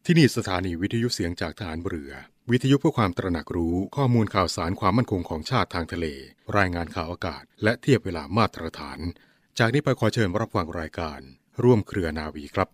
ที่นี่สถานีวิทยุเสียงจากทหารเรือวิทยุเพื่อความตระหนักรู้ข้อมูลข่าวสารความมั่นคงของชาติทางทะเลรายงานข่าวอากาศและเทียบเวลามาตรฐานจากนี้ไปขอเชิญรับฟังรายการร่วมเครือนาวีครับ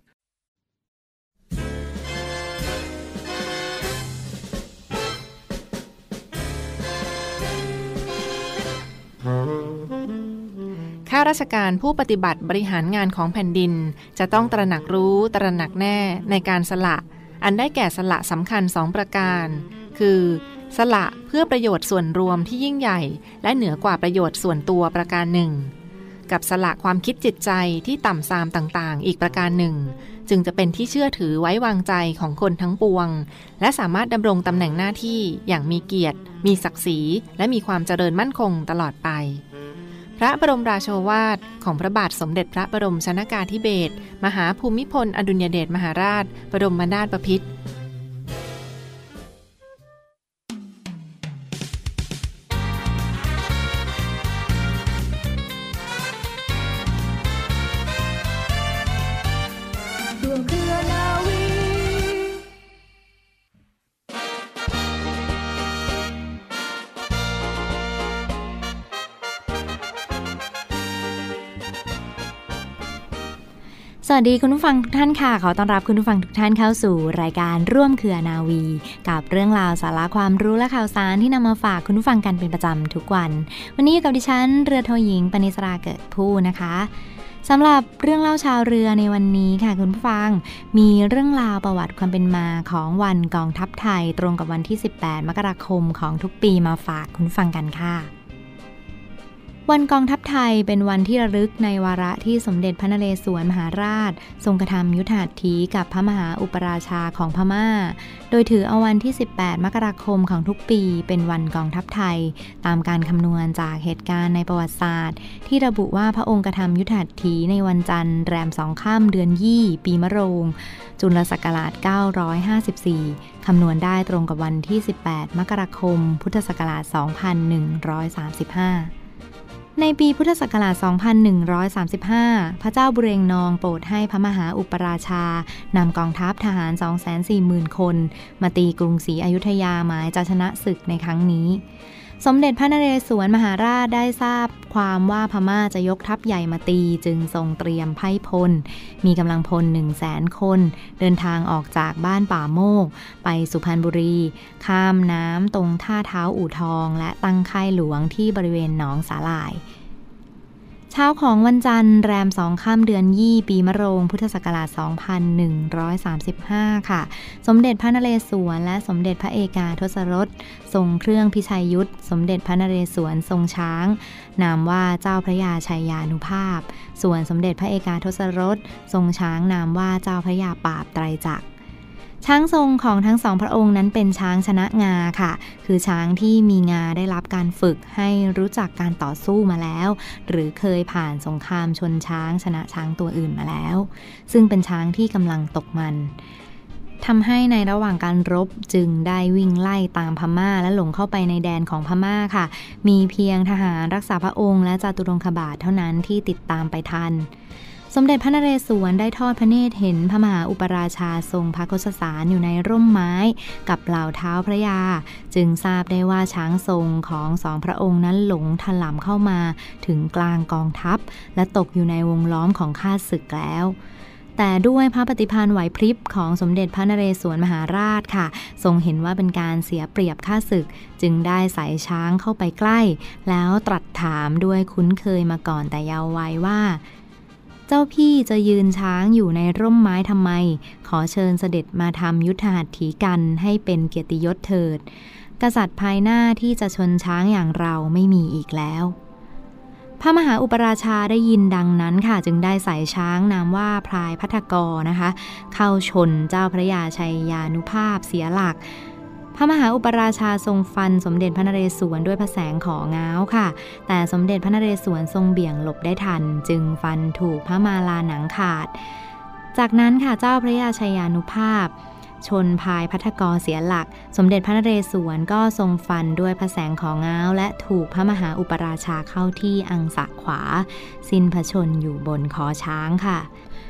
ข้าราชการผู้ปฏิบัติบริหารงานของแผ่นดินจะต้องตระหนักรู้ตระหนักแน่ในการสละอันได้แก่สละสำคัญ2ประการคือสละเพื่อประโยชน์ส่วนรวมที่ยิ่งใหญ่และเหนือกว่าประโยชน์ส่วนตัวประการหนึ่งกับสละความคิดจิตใจที่ต่ำทรามต่างๆอีกประการหนึ่งจึงจะเป็นที่เชื่อถือไว้วางใจของคนทั้งปวงและสามารถดำรงตำแหน่งหน้าที่อย่างมีเกียรติมีศักดิ์ศรีและมีความเจริญมั่นคงตลอดไปพระบรมราโชวาทของพระบาทสมเด็จพระบรมชนกาธิเบศรมหาภูมิพลอดุลยเดชมหาราชบรมนาถบพิตรสวัสดีคุณผู้ฟังทุกท่านค่ะขอต้อนรับคุณผู้ฟังทุกท่านเข้าสู่รายการร่วมเครือนาวีกับเรื่องราวสาระความรู้และข่าวสารที่นำมาฝากคุณผู้ฟังกันเป็นประจำทุกวันวันนี้อยู่กับดิฉันเรือโทหญิงปณิสราเกิดผู้นะคะสำหรับเรื่องเล่าชาวเรือในวันนี้ค่ะคุณผู้ฟังมีเรื่องราวประวัติความเป็นมาของวันกองทัพไทยตรงกับวันที่18มกราคมของทุกปีมาฝากคุณผู้ฟังกันค่ะวันกองทัพไทยเป็นวันที่ระลึกในวาระที่สมเด็จพระนเรศวรมหาราชทรงกระทำยุทธหัตถีกับพระมหาอุปราชาของพม่าโดยถือเอาวันที่18มกราคมของทุกปีเป็นวันกองทัพไทยตามการคำนวณจากเหตุการณ์ในประวัติศาสตร์ที่ระบุว่าพระองค์กระทำยุทธหัตถีในวันจันทร์แรม2 ค่ำเดือนยี่ปีมะโรงจุลศักราช954คำนวณได้ตรงกับวันที่18มกราคมพุทธศักราช2135ในปีพุทธศักราช2135พระเจ้าบุเรงนองโปรดให้พระมหาอุปราชานำกองทัพทหาร 240,000 คนมาตีกรุงศรีอยุธยาหมายจะชนะศึกในครั้งนี้สมเด็จพระนเรศวรมหาราชได้ทราบความว่าพม่าจะยกทัพใหญ่มาตีจึงทรงเตรียมไพร่พลมีกำลังพล 100,000 คนเดินทางออกจากบ้านป่าโมกไปสุพรรณบุรีข้ามน้ำตรงท่าเท้าอู่ทองและตั้งค่ายหลวงที่บริเวณหนองสาหร่ายเช้าของวันจันทร์แรม2 ค่ำเดือนยี่ปีมะโรงพุทธศักราช2135ค่ะสมเด็จพระนเรศวรและสมเด็จพระเอกาทศรสทรงเครื่องพิชัยยุทธสมเด็จพระนเรศวรทรงช้างนามว่าเจ้าพระยาชัยยานุภาพส่วนสมเด็จพระเอกาทศรสทรงช้างนามว่าเจ้าพระยาปราบไตรจักรช้างทรงของทั้งสองพระองค์นั้นเป็นช้างชนะงาค่ะคือช้างที่มีงาได้รับการฝึกให้รู้จักการต่อสู้มาแล้วหรือเคยผ่านสงครามชนช้างชนะช้างตัวอื่นมาแล้วซึ่งเป็นช้างที่กำลังตกมันทำให้ในระหว่างการรบจึงได้วิ่งไล่ตามพม่าและหลงเข้าไปในแดนของพม่าค่ะมีเพียงทหารรักษาพระองค์และจตุรงคบาทเท่านั้นที่ติดตามไปทันสมเด็จพระนเรศวรได้ทอดพระเนตรเห็นพระมหาอุปราชาทรงพระโฆษสารอยู่ในร่มไม้กับเหล่าเท้าพระยาจึงทราบได้ว่าช้างทรงของสองพระองค์นั้นหลงถลำเข้ามาถึงกลางกองทัพและตกอยู่ในวงล้อมของข้าศึกแล้วแต่ด้วยพระปฏิภาณไหวพริบของสมเด็จพระนเรศวรมหาราชค่ะทรงเห็นว่าเป็นการเสียเปรียบข้าศึกจึงได้ใส่ช้างเข้าไปใกล้แล้วตรัสถามด้วยคุ้นเคยมาก่อนแต่เยาว์วัยว่าเจ้าพี่จะยืนช้างอยู่ในร่มไม้ทำไมขอเชิญเสด็จมาทำยุทธหัตถีกันให้เป็นเกียรติยศเถิดกษัตริย์ภายหน้าที่จะชนช้างอย่างเราไม่มีอีกแล้วพระมหาอุปราชาได้ยินดังนั้นค่ะจึงได้ใส่ช้างนามว่าพลายภัทกรนะคะเข้าชนเจ้าพระยาชัยยานุภาพเสียหลักพระมหาอุปราชาทรงฟันสมเด็จพระนเรศวรด้วยพระแสงของง้าวค่ะแต่สมเด็จพระนเรศวรทรงเบี่ยงหลบได้ทันจึงฟันถูกพระมาลาหนังขาดจากนั้นค่ะเจ้าพระยาชัยยานุภาพชนพลายภัทกรเสียหลักสมเด็จพระนเรศวรก็ทรงฟันด้วยพระแสงของง้าวและถูกพระมหาอุปราชาเข้าที่อังสะขวาสิ้นพระชนอยู่บนคอช้างค่ะ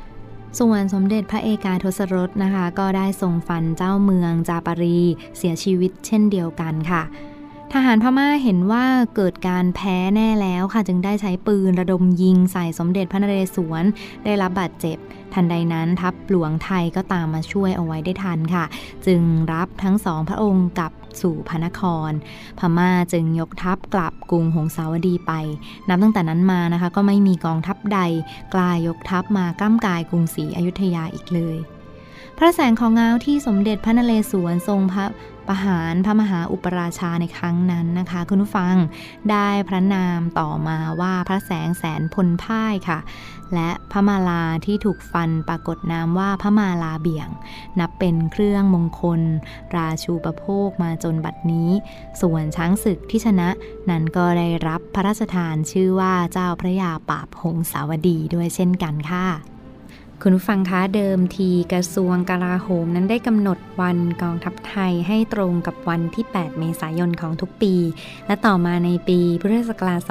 ส่วนสมเด็จพระเอกาทศรสนะคะก็ได้ทรงฟันเจ้าเมืองจาปารีเสียชีวิตเช่นเดียวกันค่ะทหารพม่าเห็นว่าเกิดการแพ้แน่แล้วค่ะจึงได้ใช้ปืนระดมยิงใส่สมเด็จพระนเรศวรได้รับบาดเจ็บทันใดนั้นทัพหลวงไทยก็ตามมาช่วยเอาไว้ได้ทันค่ะจึงรับทั้งสองพระองค์กลับสู่พระนครพม่าจึงยกทัพกลับกรุงหงสาวดีไปนับตั้งแต่นั้นมานะคะก็ไม่มีกองทัพใดกล้ายกทัพมาก้ำกายกรุงศรีอยุธยาอีกเลยพระแสงของเงาที่สมเด็จพระนเรศวรทรงพระประหารพระมหาอุปราชาในครั้งนั้นนะคะคุณผู้ฟังได้พระนามต่อมาว่าพระแสงแสนพลพ่ายค่ะและพระมาลาที่ถูกฟันปรากฏนามว่าพระมาลาเบี่ยงนับเป็นเครื่องมงคลราชูปโภคมาจนบัดนี้ส่วนช้างศึกที่ชนะนั้นก็ได้รับพระราชทานชื่อว่าเจ้าพระยาปราบหงสาวดีด้วยเช่นกันค่ะคุณผู้ฟังคะเดิมทีกระทรวงกลาโหมนั้นได้กำหนดวันกองทัพไทยให้ตรงกับวันที่8เมษายนของทุกปีและต่อมาในปีพุทธศักราช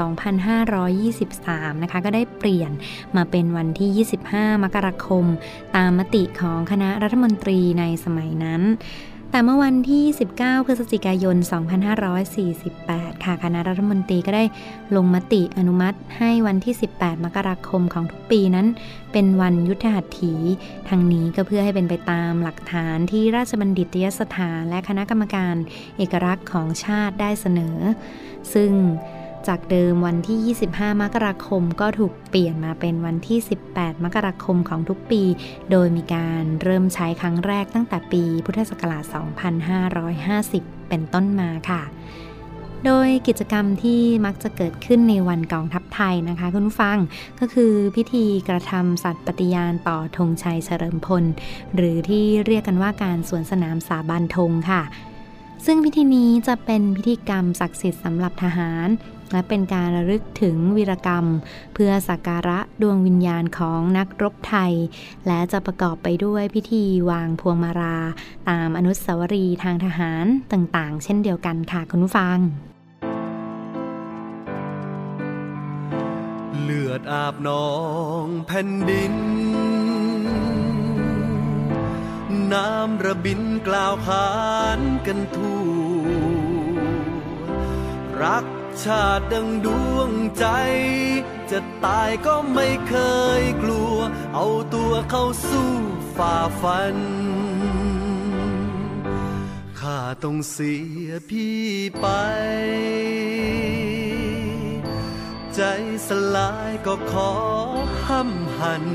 2523นะคะก็ได้เปลี่ยนมาเป็นวันที่25มกราคมตามมติของคณะรัฐมนตรีในสมัยนั้นแต่เมื่อวันที่19พฤศจิกายน2548ค่ะคณะรัฐมนตรีก็ได้ลงมติอนุมัติให้วันที่18มกราคมของทุกปีนั้นเป็นวันยุทธหัตถีทั้งนี้ก็เพื่อให้เป็นไปตามหลักฐานที่ราชบัณฑิตยสถานและคณะกรรมการเอกลักษณ์ของชาติได้เสนอซึ่งจากเดิมวันที่25มกราคมก็ถูกเปลี่ยนมาเป็นวันที่18มกราคมของทุกปีโดยมีการเริ่มใช้ครั้งแรกตั้งแต่ปีพุทธศักราช2550เป็นต้นมาค่ะโดยกิจกรรมที่มักจะเกิดขึ้นในวันกองทัพไทยนะคะคุณผู้ฟังก็คือพิธีกระทำสัตย์ปฏิญาณต่อธงชัยเฉลิมพลหรือที่เรียกกันว่าการสวนสนามสาบานธงค่ะซึ่งพิธีนี้จะเป็นพิธีกรรมศักดิ์สิทธิ์สำหรับทหารและเป็นการระลึกถึงวีรกรรมเพื่อสักการะดวงวิญญาณของนักรบไทยและจะประกอบไปด้วยพิธีวางพวงมาลาตามอนุสาวรีย์ทางทหารต่างๆเช่นเดียวกันค่ะคุณผู้ฟังเลือดอาบนองแผ่นดินน้ำระบินกล่าวขานกันทั่วรักชาติดังดวงใจจะตายก็ไม่เคยกลัวเอาตัวเข้าสู้ฝ่าฟันข้าต้องเสียพี่ไปใจสลายก็ขอห้ำหัน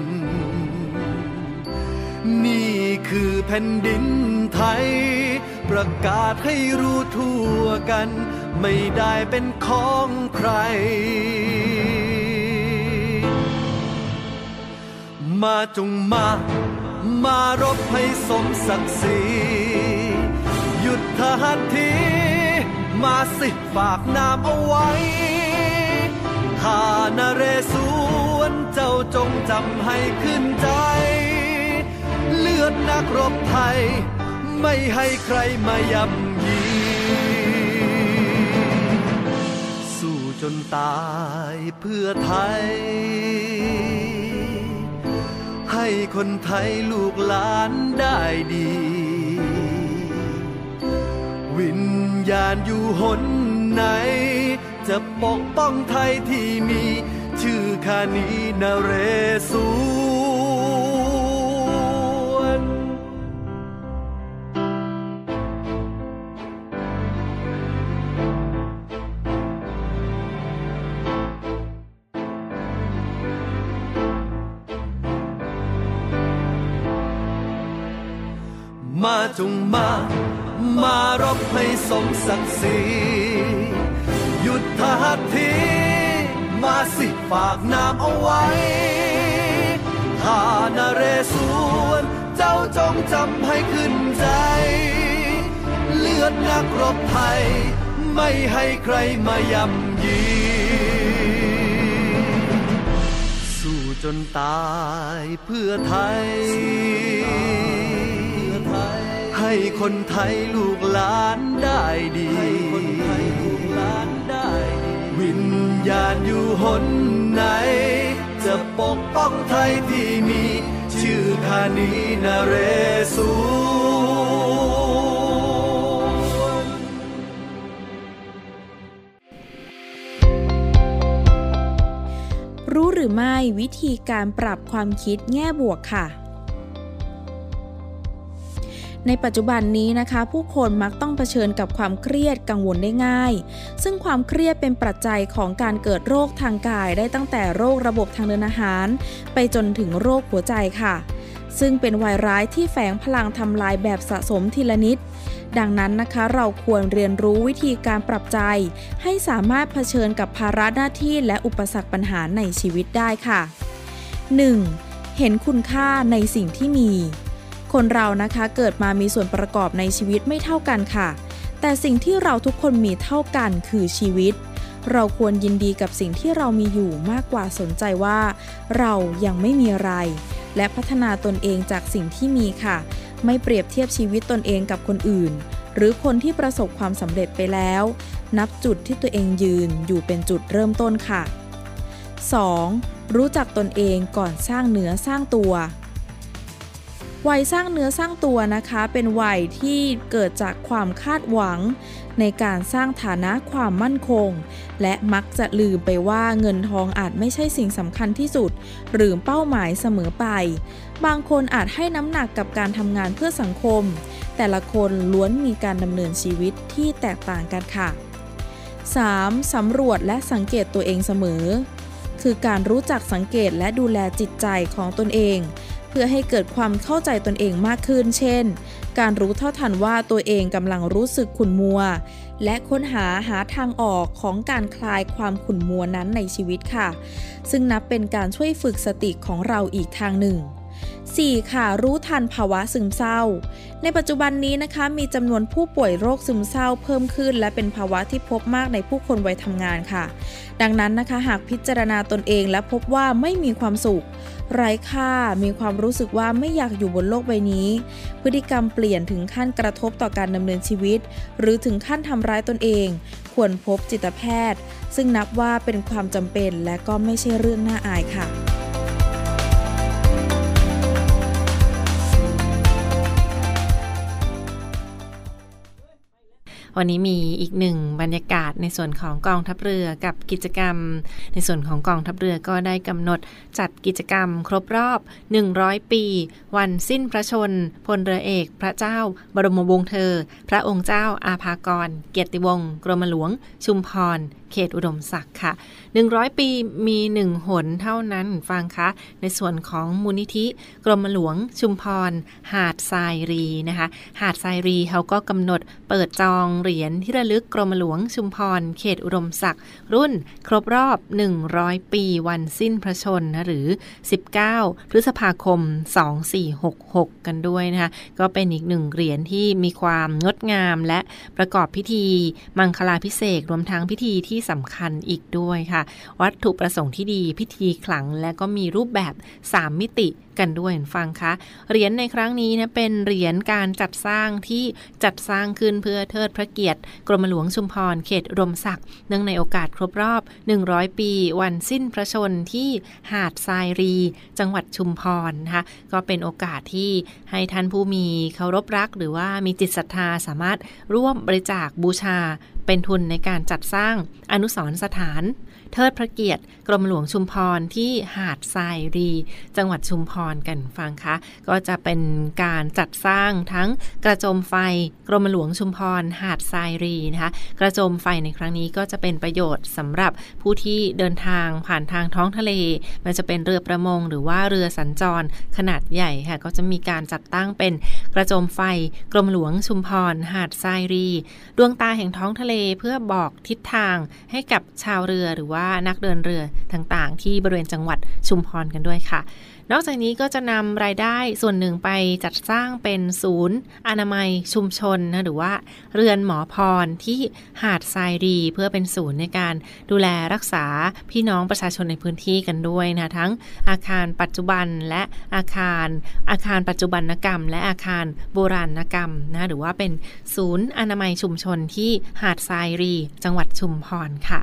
นี่คือแผ่นดินไทยประกาศให้รู้ทั่วกันไม่ได้เป็นของใครมาจงมารบให้สมศักดิ์ศรีหยุดทหารทีมาสิฝากนามเอาไว้ข้านเรศวรเจ้าจงจำให้ขึ้นใจเลือดนักรบไทยไม่ให้ใครมาย่ำยีสู้จนตายเพื่อไทยให้คนไทยลูกหลานได้ดีวิญญาณอยู่หนไหนจะปกป้องไทยที่มีชื่อข้านี้นเรศวรมาจงมารบให้สมศักดิ์ศรีหยุดทหารทีมาสิฝากนามเอาไว้ข้านเรศวรเจ้าจงจำให้ขึ้นใจเลือดนักรบไทยไม่ให้ใครมาย่ำยีสู้จนตายเพื่อไทยให้คนไทยลูกหลานได้ดีวิญญาณอยู่หนไหนจะปกป้องไทยที่มีชื่อนีนเรศวรรู้หรือไม่วิธีการปรับความคิดแง่บวกค่ะในปัจจุบันนี้นะคะผู้คนมักต้องเผชิญกับความเครียดกังวลได้ง่ายซึ่งความเครียดเป็นปัจจัยของการเกิดโรคทางกายได้ตั้งแต่โรคระบบทางเดินอาหารไปจนถึงโรคหัวใจค่ะซึ่งเป็นวายร้ายที่แฝงพลังทำลายแบบสะสมทีละนิดดังนั้นนะคะเราควรเรียนรู้วิธีการปรับใจให้สามารถเผชิญกับภาระหน้าที่และอุปสรรคปัญหาในชีวิตได้ค่ะ 1. เห็นคุณค่าในสิ่งที่มีคนเรานะคะเกิดมามีส่วนประกอบในชีวิตไม่เท่ากันค่ะแต่สิ่งที่เราทุกคนมีเท่ากันคือชีวิตเราควรยินดีกับสิ่งที่เรามีอยู่มากกว่าสนใจว่าเรายังไม่มีอะไรและพัฒนาตนเองจากสิ่งที่มีค่ะไม่เปรียบเทียบชีวิตตนเองกับคนอื่นหรือคนที่ประสบความสำเร็จไปแล้วนับจุดที่ตัวเองยืนอยู่เป็นจุดเริ่มต้นค่ะ 2. รู้จักตนเองก่อนสร้างเนื้อสร้างตัววัยสร้างเนื้อสร้างตัวนะคะเป็นวัยที่เกิดจากความคาดหวังในการสร้างฐานะความมั่นคงและมักจะลืมไปว่าเงินทองอาจไม่ใช่สิ่งสำคัญที่สุดหรือเป้าหมายเสมอไปบางคนอาจให้น้ำหนักกับการทำงานเพื่อสังคมแต่ละคนล้วนมีการดำเนินชีวิตที่แตกต่างกันค่ะ 3. สำรวจและสังเกตตัวเองเสมอคือการรู้จักสังเกตและดูแลจิตใจของตนเองเพื่อให้เกิดความเข้าใจตนเองมากขึ้นเช่นการรู้เท่าทันว่าตัวเองกำลังรู้สึกขุ่นมัวและค้นหาทางออกของการคลายความขุ่นมัวนั้นในชีวิตค่ะซึ่งนับเป็นการช่วยฝึกสติของเราอีกทางหนึ่ง 4. ค่ะรู้ทันภาวะซึมเศร้าในปัจจุบันนี้นะคะมีจำนวนผู้ป่วยโรคซึมเศร้าเพิ่มขึ้นและเป็นภาวะที่พบมากในผู้คนวัยทำงานค่ะดังนั้นนะคะหากพิจารณาตนเองและพบว่าไม่มีความสุขไร้ค่ามีความรู้สึกว่าไม่อยากอยู่บนโลกใบนี้พฤติกรรมเปลี่ยนถึงขั้นกระทบต่อการดำเนินชีวิตหรือถึงขั้นทำร้ายตนเองควรพบจิตแพทย์ซึ่งนับว่าเป็นความจำเป็นและก็ไม่ใช่เรื่องน่าอายค่ะวันนี้มีอีกหนึ่งบรรยากาศในส่วนของกองทัพเรือกับกิจกรรมในส่วนของกองทัพเรือก็ได้กำหนดจัดกิจกรรมครบรอบ100ปีวันสิ้นพระชนพลเรือเอกพระเจ้าบรมวงศ์เธอพระองค์เจ้าอาภากรเกียรติวงศ์กรมหลวงชุมพรเขตอุดมศักดิ์ค่ะ100ปีมี1หนเท่านั้นฟังคะในส่วนของมูลนิธิกรมหลวงชุมพรหาดทรายรีนะคะหาดทรายรีเขาก็กำหนดเปิดจองเหรียญที่ระลึกกรมหลวงชุมพรเขตอุดมศักดิ์รุ่นครบรอบ100ปีวันสิ้นพระชนนะหรือ19พฤษภาคม2466กันด้วยนะคะก็เป็นอีก1เหรียญที่มีความงดงามและประกอบพิธีมังคลาภิเษกรวมทั้งพิธีที่สำคัญอีกด้วยค่ะวัตถุประสงค์ที่ดีพิธีขลังและก็มีรูปแบบ3มิติกันด้วยฟังคะเหรียญในครั้งนี้นะเป็นเหรียญการจัดสร้างที่จัดสร้างขึ้นเพื่อเทิดพระเกียรติกรมหลวงชุมพรเขตอุดมศักดิ์เนื่องในโอกาสครบรอบ100ปีวันสิ้นพระชนที่หาดทรายรีจังหวัดชุมพรนะคะก็เป็นโอกาสที่ให้ท่านผู้มีเคารพรักหรือว่ามีจิตศรัทธาสามารถร่วมบริจาคบูชาเป็นทุนในการจัดสร้างอนุสรณ์สถานเทิดพระเกียรติกรมหลวงชุมพรที่หาดทรายรีจังหวัดชุมพรกันฟังคะก็จะเป็นการจัดสร้างทั้งกระโจมไฟกรมหลวงชุมพรหาดทรายรีนะคะกระโจมไฟในครั้งนี้ก็จะเป็นประโยชน์สำหรับผู้ที่เดินทางผ่านทางท้องทะเลมันจะเป็นเรือประมงหรือว่าเรือสัญจรขนาดใหญ่ค่ะก็จะมีการจัดตั้งเป็นกระโจมไฟกรมหลวงชุมพรหาดทรายรีดวงตาแห่งท้องทะเลเพื่อบอกทิศทางให้กับชาวเรือหรือว่านักเดินเรือต่างๆที่บริเวณจังหวัดชุมพรกันด้วยค่ะนอกจากนี้ก็จะนำรายได้ส่วนหนึ่งไปจัดสร้างเป็นศูนย์อนามัยชุมชนนะหรือว่าเรือนหมอพรที่หาดทรายรีเพื่อเป็นศูนย์ในการดูแลรักษาพี่น้องประชาชนในพื้นที่กันด้วยนะทั้งอาคารปัจจุบันและอาคารปัจจุบันกรรมและอาคารโบราณกรรมนะหรือว่าเป็นศูนย์อนามัยชุมชนที่หาดทรายรีจังหวัดชุมพรค่ะ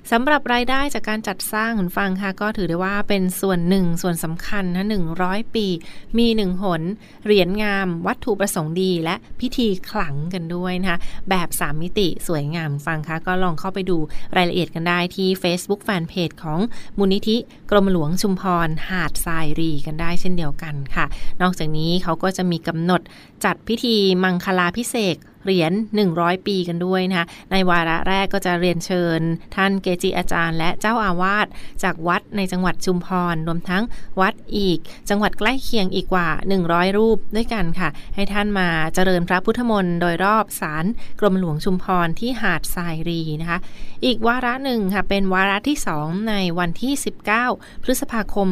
สำหรับรายได้จากการจัดสร้างคุณฟังค่ะก็ถือได้ว่าเป็นส่วนหนึ่งส่วนสำคัญนะ100 ปีมี1 หนเหรียญงามวัตถุประสงค์ดีและพิธีขลังกันด้วยนะคะแบบ3 มิติสวยงามฟังค่ะก็ลองเข้าไปดูรายละเอียดกันได้ที่ Facebook Fanpage ของมูลนิธิกรมหลวงชุมพรหาดทรายรีกันได้เช่นเดียวกันค่ะนอกจากนี้เขาก็จะมีกำหนดจัดพิธีมังคลาภิเษกเหรียญ100 ปีกันด้วยนะคะในวาระแรกก็จะเรียนเชิญท่านเกจิอาจารย์และเจ้าอาวาสจากวัดในจังหวัดชุมพรรวมทั้งวัดอีกจังหวัดใกล้เคียงอีกกว่า100 รูปด้วยกันค่ะให้ท่านมาเจริญพระพุทธมนต์โดยรอบศาลกรมหลวงชุมพรที่หาดทรายรีนะคะอีกวาระหนึ่งค่ะเป็นวาระที่2ในวันที่19 พฤษภาคม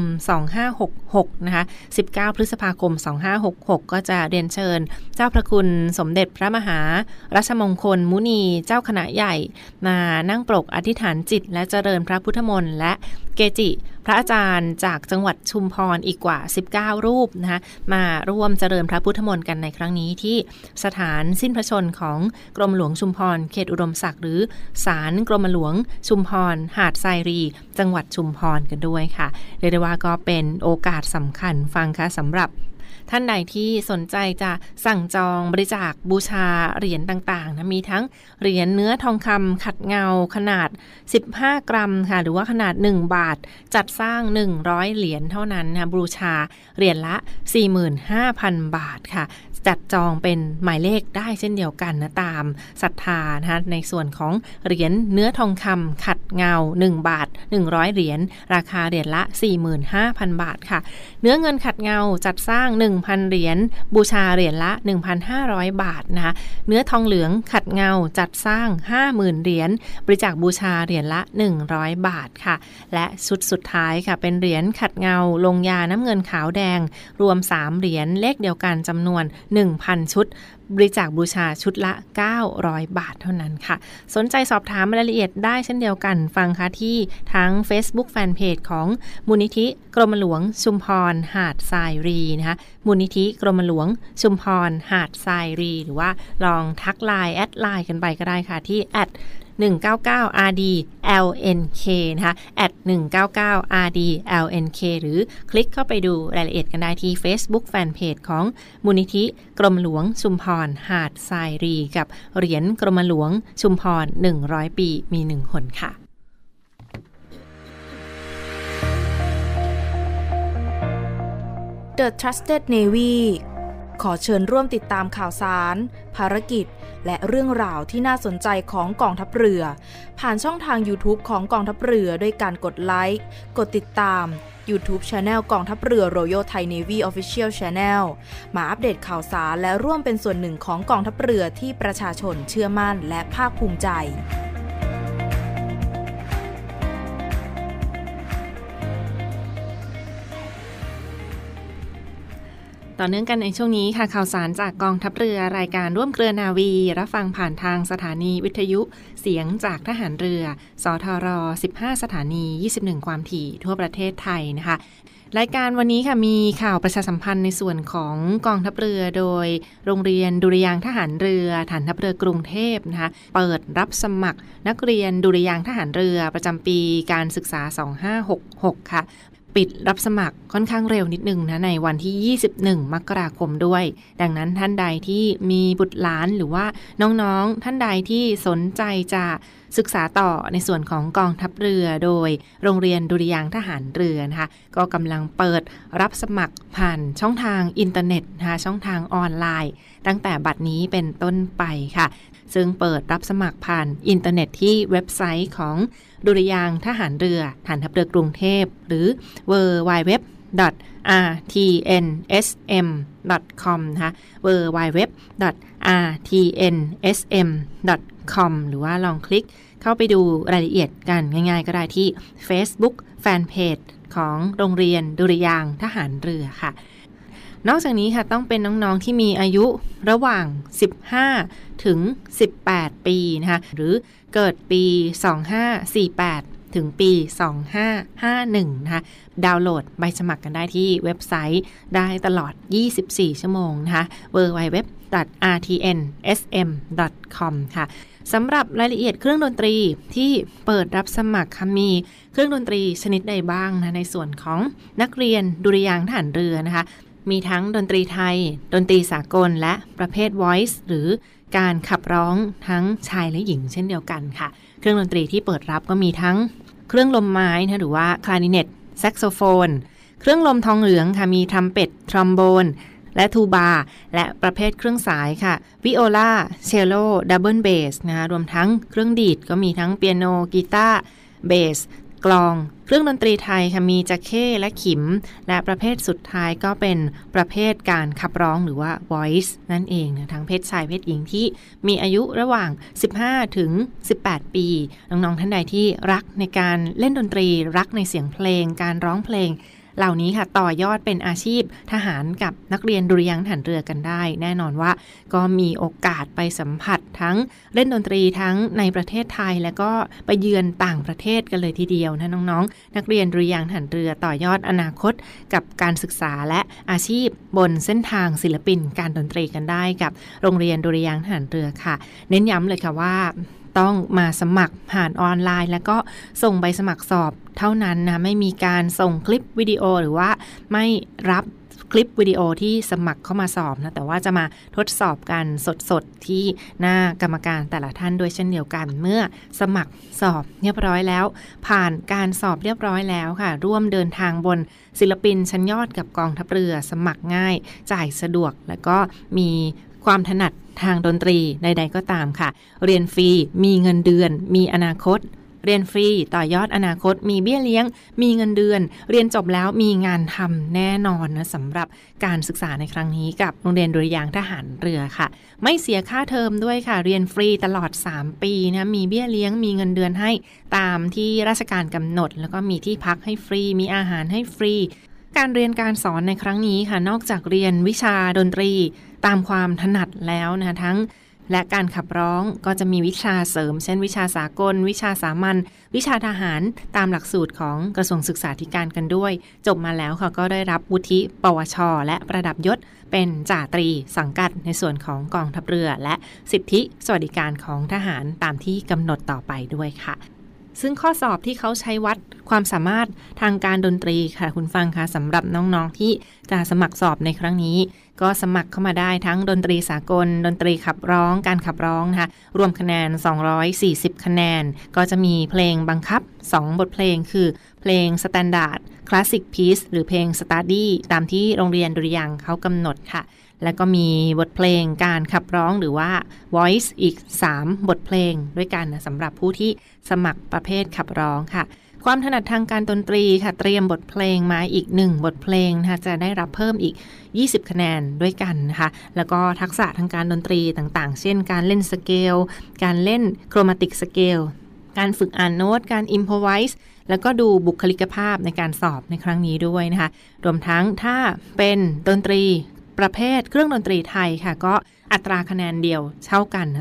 2566นะคะ19 พฤษภาคม 2566ก็จะเรียนเชิญเจ้าพระคุณสมเด็จพระมหารัชมงคลมุนีเจ้าคณะใหญ่มานั่งปรกอธิษฐานจิตและเจริญพระพุทธมนต์และเกจิพระอาจารย์จากจังหวัดชุมพรอีกกว่า19 รูปนะคะมาร่วมเจริญพระพุทธมนต์กันในครั้งนี้ที่สถานสิ้นพระชนม์ของกรมหลวงชุมพรเขตอุดมศักดิ์หรือศาลกรมหลวงชุมพรหาดทรายรีจังหวัดชุมพรกันด้วยค่ะเรียกได้ว่าก็เป็นโอกาสสำคัญฟังค่ะสำหรับท่านใดที่สนใจจะสั่งจองบริจาคบูชาเหรียญต่างๆนะมีทั้งเหรียญเนื้อทองคำขัดเงาขนาด15 กรัมค่ะหรือว่าขนาด1 บาทจัดสร้าง100 เหรียญเท่านั้นนะบูชาเหรียญละ 45,000 บาทค่ะจัดจองเป็นหมายเลขได้เช่นเดียวกันนะตามศรัทธานะคะในส่วนของเหรียญเนื้อทองคำขัดเงา1 บาท100 เหรียญราคาเหรียญละ 45,000 บาทค่ะเนื้อเงินขัดเงาจัดสร้าง1,000 เหรียญบูชาเหรียญละ 1,500 บาทนะคะเนื้อทองเหลืองขัดเงาจัดสร้าง 50,000 เหรียญบริจาคบูชาเหรียญละ100 บาทค่ะและชุดสุดท้ายค่ะเป็นเหรียญขัดเงาลงยาน้ำเงินขาวแดงรวม3 เหรียญเลขเดียวกันจำนวน 1,000 ชุดบริจาคบูชาชุดละ900 บาทเท่านั้นค่ะสนใจสอบถามรายละเอียดได้เช่นเดียวกันฟังค่ะที่ทั้ง Facebook Fanpage ของมูลนิธิกรมหลวงชุมพรหาดทรายรีนะคะมูลนิธิกรมหลวงชุมพรหาดทรายรีหรือว่าลองทักไลน์แอดไลน์กันไปก็ได้ค่ะที่199RDLNK นะคะ199RDLNK หรือคลิกเข้าไปดูรายละเอียดกันได้ที่ Facebook Fanpage ของมูลนิธิกรมหลวงชุมพรหาดทรายรีกับเหรียญกรมหลวงชุมพร100 ปีมี1 หนค่ะ The Trusted Navy ขอเชิญร่วมติดตามข่าวสารภารกิจและเรื่องราวที่น่าสนใจของกองทัพเรือผ่านช่องทาง YouTube ของกองทัพเรือด้วยการกดไลค์กดติดตาม YouTube Channel กองทัพเรือ Royal Thai Navy Official Channel มาอัปเดตข่าวสารและร่วมเป็นส่วนหนึ่งของกองทัพเรือที่ประชาชนเชื่อมั่นและภาคภูมิใจต่อเนื่องกันในช่วงนี้ค่ะข่าวสารจากกองทัพเรือรายการร่วมเครือนาวีรับฟังผ่านทางสถานีวิทยุเสียงจากทหารเรือสทร15 สถานี21 ความถี่ทั่วประเทศไทยนะคะรายการวันนี้ค่ะมีข่าวประชาสัมพันธ์ในส่วนของกองทัพเรือโดยโรงเรียนดุริยางค์ทหารเรือฐานทัพเรือกรุงเทพนะคะเปิดรับสมัครนักเรียนดุริยางค์ทหารเรือประจำปีการศึกษา2566ค่ะปิดรับสมัครค่อนข้างเร็วนิดนึงนะในวันที่21 มกราคมด้วยดังนั้นท่านใดที่มีบุตรหลานหรือว่าน้องๆท่านใดที่สนใจจะศึกษาต่อในส่วนของกองทัพเรือโดยโรงเรียนดุริยางค์ทหารเรือนะคะก็กำลังเปิดรับสมัครผ่านช่องทางอินเทอร์เน็ตนะคะช่องทางออนไลน์ตั้งแต่บัดนี้เป็นต้นไปค่ะซึ่งเปิดรับสมัครผ่านอินเทอร์เน็ตที่เว็บไซต์ของดุริยางค์ทหารเรือฐานทัพเรือกรุงเทพหรือ www.rtnsm.com นะคะ www.rtnsm.com หรือว่าลองคลิกเข้าไปดูรายละเอียดกันง่ายๆก็ได้ที่ Facebook Fanpage ของโรงเรียนดุริยางค์ทหารเรือค่ะนอกจากนี้ค่ะต้องเป็นน้องๆที่มีอายุระหว่าง15ถึง18ปีนะคะหรือเกิดปี2548ถึงปี2551นะคะดาวน์โหลดใบสมัครกันได้ที่เว็บไซต์ได้ตลอด24 ชั่วโมงนะคะ www www.rtnsm.com ค่ะสำหรับรายละเอียดเครื่องดนตรีที่เปิดรับสมัครค่ะมีเครื่องดนตรีชนิดใดบ้างนะในส่วนของนักเรียนดุริยางค์ทหารเรือนะคะมีทั้งดนตรีไทยดนตรีสากลและประเภท voice หรือการขับร้องทั้งชายและหญิงเช่นเดียวกันค่ะเครื่องดนตรีที่เปิดรับก็มีทั้งเครื่องลมไม้นะหรือว่าคลาริเนตแซกโซโฟนเครื่องลมทองเหลืองค่ะมีทรัมเป็ตทรอมโบนและทูบาและประเภทเครื่องสายค่ะวิโอลาเชลโลดับเบิลเบสนะคะรวมทั้งเครื่องดีดก็มีทั้งเปียโนกีตาร์เบสกลองเครื่องดนตรีไทยค่ะมีจักเข้และขิมและประเภทสุดท้ายก็เป็นประเภทการขับร้องหรือว่า voice นั่นเองนะทั้งเพศชายเพศหญิงที่มีอายุระหว่าง15ถึง18ปีน้องๆท่านใดที่รักในการเล่นดนตรีรักในเสียงเพลงการร้องเพลงเหล่านี้ค่ะต่อยอดเป็นอาชีพทหารกับนักเรียนดุริยางค์ทหารเรือกันได้แน่นอนว่าก็มีโอกาสไปสัมผัสทั้งเล่นดนตรีทั้งในประเทศไทยและก็ไปเยือนต่างประเทศกันเลยทีเดียวนะน้องๆนักเรียนดุริยางค์ทหารเรือต่อยอดอนาคตกับการศึกษาและอาชีพบนเส้นทางศิลปินการดนตรีกันได้กับโรงเรียนดุริยางค์ทหารเรือค่ะเน้นย้ำเลยค่ะว่าต้องมาสมัครผ่านออนไลน์แล้วก็ส่งใบสมัครสอบเท่านั้นนะไม่มีการส่งคลิปวิดีโอหรือว่าไม่รับคลิปวิดีโอที่สมัครเข้ามาสอบนะแต่ว่าจะมาทดสอบกันสดๆที่หน้ากรรมการแต่ละท่านด้วยเช่นเดียวกันเมื่อสมัครสอบเรียบร้อยแล้วผ่านการสอบเรียบร้อยแล้วค่ะร่วมเดินทางบนศิลปินชั้นยอดกับกองทัพเรือสมัครง่ายจ่ายสะดวกแล้วก็มีความถนัดทางดนตรีใดๆก็ตามค่ะเรียนฟรีมีเงินเดือนมีอนาคตเรียนฟรีต่อยอดอนาคตมีเบี้ยเลี้ยงมีเงินเดือนเรียนจบแล้วมีงานทำแน่นอนนะสำหรับการศึกษาในครั้งนี้กับโรงเรียนดุริยางค์ทหารเรือค่ะไม่เสียค่าเทอมด้วยค่ะเรียนฟรีตลอด3ปีนะมีเบี้ยเลี้ยงมีเงินเดือนให้ตามที่ราชการกำหนดแล้วก็มีที่พักให้ฟรีมีอาหารให้ฟรีการเรียนการสอนในครั้งนี้ค่ะนอกจากเรียนวิชาดนตรีตามความถนัดแล้วนะทั้งและการขับร้องก็จะมีวิชาเสริมเช่นวิชาสากลวิชาสามัญวิชาทหารตามหลักสูตรของกระทรวงศึกษาธิการกันด้วยจบมาแล้วค่ะก็ได้รับวุฒิปวชและประดับยศเป็นจ่าตรีสังกัดในส่วนของกองทัพเรือและสิทธิสวัสดิการของทหารตามที่กำหนดต่อไปด้วยค่ะซึ่งข้อสอบที่เขาใช้วัดความสามารถทางการดนตรีค่ะคุณฟังคะสำหรับน้องๆที่จะสมัครสอบในครั้งนี้ก็สมัครเข้ามาได้ทั้งดนตรีสากลดนตรีขับร้องการขับร้องนะคะรวมคะแนน240คะแนนก็จะมีเพลงบังคับ2บทเพลงคือเพลงสแตนดาร์ดคลาสสิกพีซหรือเพลงสตาร์ดี้ตามที่โรงเรียนดุริยางค์เขากำหนดค่ะแล้วก็มีบทเพลงการขับร้องหรือว่า voice อีก3บทเพลงด้วยกันนะสำหรับผู้ที่สมัครประเภทขับร้องค่ะความถนัดทางการดนตรีค่ะเตรียมบทเพลงมาอีก1บทเพลงนะคะจะได้รับเพิ่มอีก20คะแนนด้วยกันนะคะแล้วก็ทักษะทางการดนตรีต่างๆเช่นการเล่นสเกลการเล่นโครมาติกสเกลการฝึกอ่านโน้ตการอิมพอไวส์แล้วก็ดูบุคลิกภาพในการสอบในครั้งนี้ด้วยนะคะรวมทั้งถ้าเป็นดนตรีประเภทเครื่องดนตรีไทยค่ะก็อัตราคะแนนเดียวเท่ากัน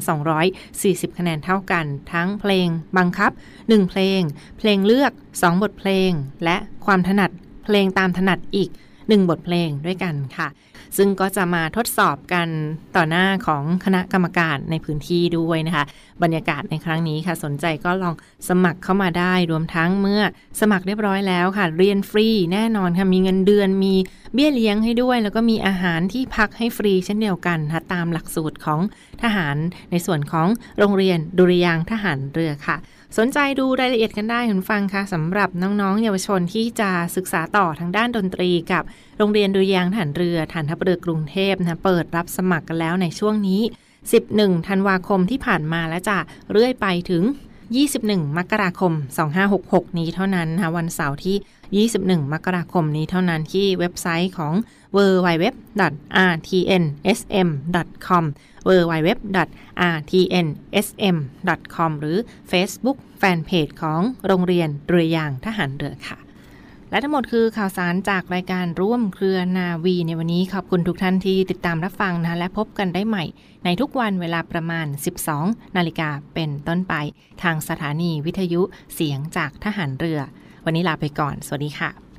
240คะแนนเท่ากันทั้งเพลงบังคับ1เพลงเพลงเลือก2บทเพลงและความถนัดเพลงตามถนัดอีก1บทเพลงด้วยกันค่ะซึ่งก็จะมาทดสอบกันต่อหน้าของคณะกรรมการในพื้นที่ด้วยนะคะบรรยากาศในครั้งนี้ค่ะสนใจก็ลองสมัครเข้ามาได้รวมทั้งเมื่อสมัครเรียบร้อยแล้วค่ะเรียนฟรีแน่นอนค่ะมีเงินเดือนมีเบี้ยเลี้ยงให้ด้วยแล้วก็มีอาหารที่พักให้ฟรีเช่นเดียวกันค่ะตามหลักสูตรของทหารในส่วนของโรงเรียนดุริยางค์ทหารเรือค่ะสนใจดูรายละเอียดกันได้คุณฟังค่ะสำหรับน้องๆเยาวชนที่จะศึกษาต่อทางด้านดนตรีกับโรงเรียนดุริยางค์ทหารเรือฐานทัพเรือกรุงเทพนะเปิดรับสมัครกันแล้วในช่วงนี้11ธันวาคมที่ผ่านมาและจะเรื่อยไปถึง21มกราคม2566นี้เท่านั้นนะวันเสาร์ที่21มกราคมนี้เท่านั้นที่เว็บไซต์ของ www.rtnsm.com www.rtnsm.com หรือ Facebook แฟนเพจของโรงเรียนดุริยางค์ทหารเรือค่ะและทั้งหมดคือข่าวสารจากรายการร่วมเครือนาวีในวันนี้ขอบคุณทุกท่านที่ติดตามรับฟังนะและพบกันได้ใหม่ในทุกวันเวลาประมาณ 12 นาฬิกาเป็นต้นไปทางสถานีวิทยุเสียงจากทหารเรือวันนี้ลาไปก่อนสวัสดีค่ะ